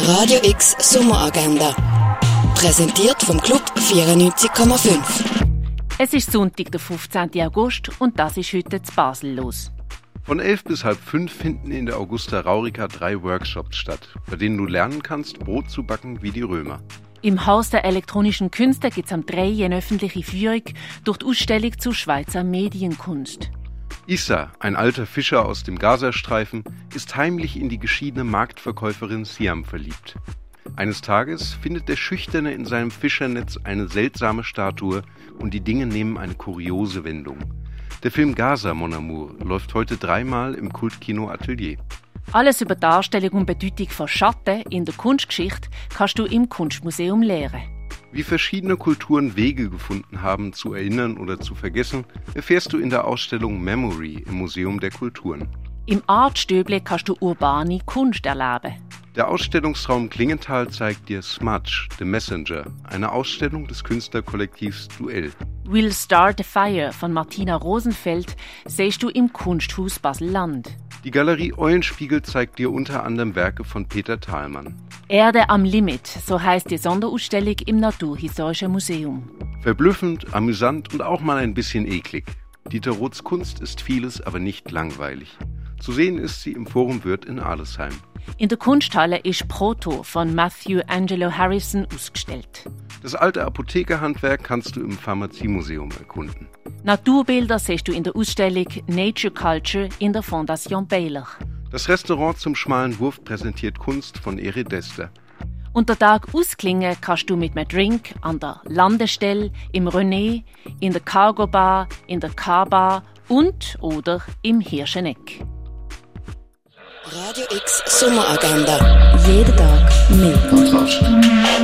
Radio X Sommeragenda. Präsentiert vom Club 94,5. Es ist Sonntag, der 15. August und das ist heute in Basel los. Von 11 bis halb 5 finden in der Augusta Raurica 3 Workshops statt, bei denen du lernen kannst, Brot zu backen wie die Römer. Im Haus der elektronischen Künste gibt es am 3 eine öffentliche Führung durch die Ausstellung zur Schweizer Medienkunst. Issa, ein alter Fischer aus dem Gazastreifen, ist heimlich in die geschiedene Marktverkäuferin Siam verliebt. Eines Tages findet der Schüchterne in seinem Fischernetz eine seltsame Statue und die Dinge nehmen eine kuriose Wendung. Der Film Gaza, Mon Amour, läuft heute 3-mal im Kultkino Atelier. Alles über Darstellung und Bedeutung von Schatten in der Kunstgeschichte kannst du im Kunstmuseum lernen. Wie verschiedene Kulturen Wege gefunden haben, zu erinnern oder zu vergessen, erfährst du in der Ausstellung Memory im Museum der Kulturen. Im Artstöble kannst du urbane Kunst erleben. Der Ausstellungsraum Klingenthal zeigt dir Smudge, The Messenger, eine Ausstellung des Künstlerkollektivs Duell. We'll Start a Fire von Martina Rosenfeld siehst du im Kunsthaus Basel-Land. Die Galerie Eulenspiegel zeigt dir unter anderem Werke von Peter Thalmann. Erde am Limit, so heißt die Sonderausstellung im Naturhistorischen Museum. Verblüffend, amüsant und auch mal ein bisschen eklig. Dieter Roths Kunst ist vieles, aber nicht langweilig. Zu sehen ist sie im Forum Würth in Adelsheim. In der Kunsthalle ist Proto von Matthew Angelo Harrison ausgestellt. Das alte Apothekerhandwerk kannst du im Pharmaziemuseum erkunden. Naturbilder siehst du in der Ausstellung Nature Culture in der Fondation Baylor. Das Restaurant zum schmalen Wurf präsentiert Kunst von Eri Dester. Und der Tag ausklingen kannst du mit einem Drink an der Landestelle, im René, in der Cargo Bar, in der K-Bar und oder im Hirscheneck. Radio X Sommeragenda. Jeden Tag mehr.